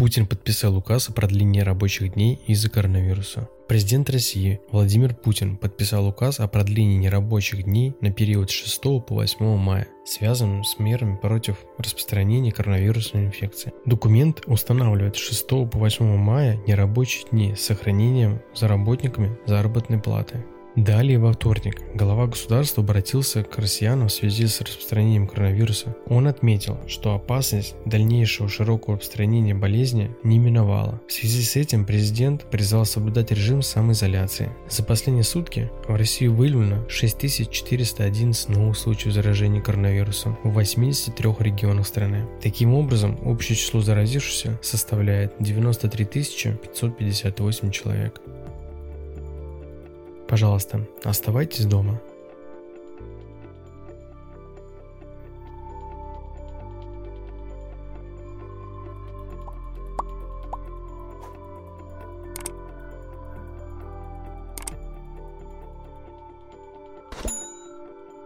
Путин подписал указ о продлении рабочих дней из-за коронавируса. Президент России Владимир Путин подписал указ о продлении нерабочих дней на период с 6 по 8 мая, связанным с мерами против распространения коронавирусной инфекции. Документ устанавливает с 6 по 8 мая нерабочие дни с сохранением за работниками заработной платы. Далее, во вторник, глава государства обратился к россиянам в связи с распространением коронавируса. Он отметил, что опасность дальнейшего широкого распространения болезни не миновала. В связи с этим президент призвал соблюдать режим самоизоляции. За последние сутки в Россию выявлено 6411 новых случаев заражения коронавирусом в 83 регионах страны. Таким образом, общее число заразившихся составляет 93 558 человек. Пожалуйста, оставайтесь дома.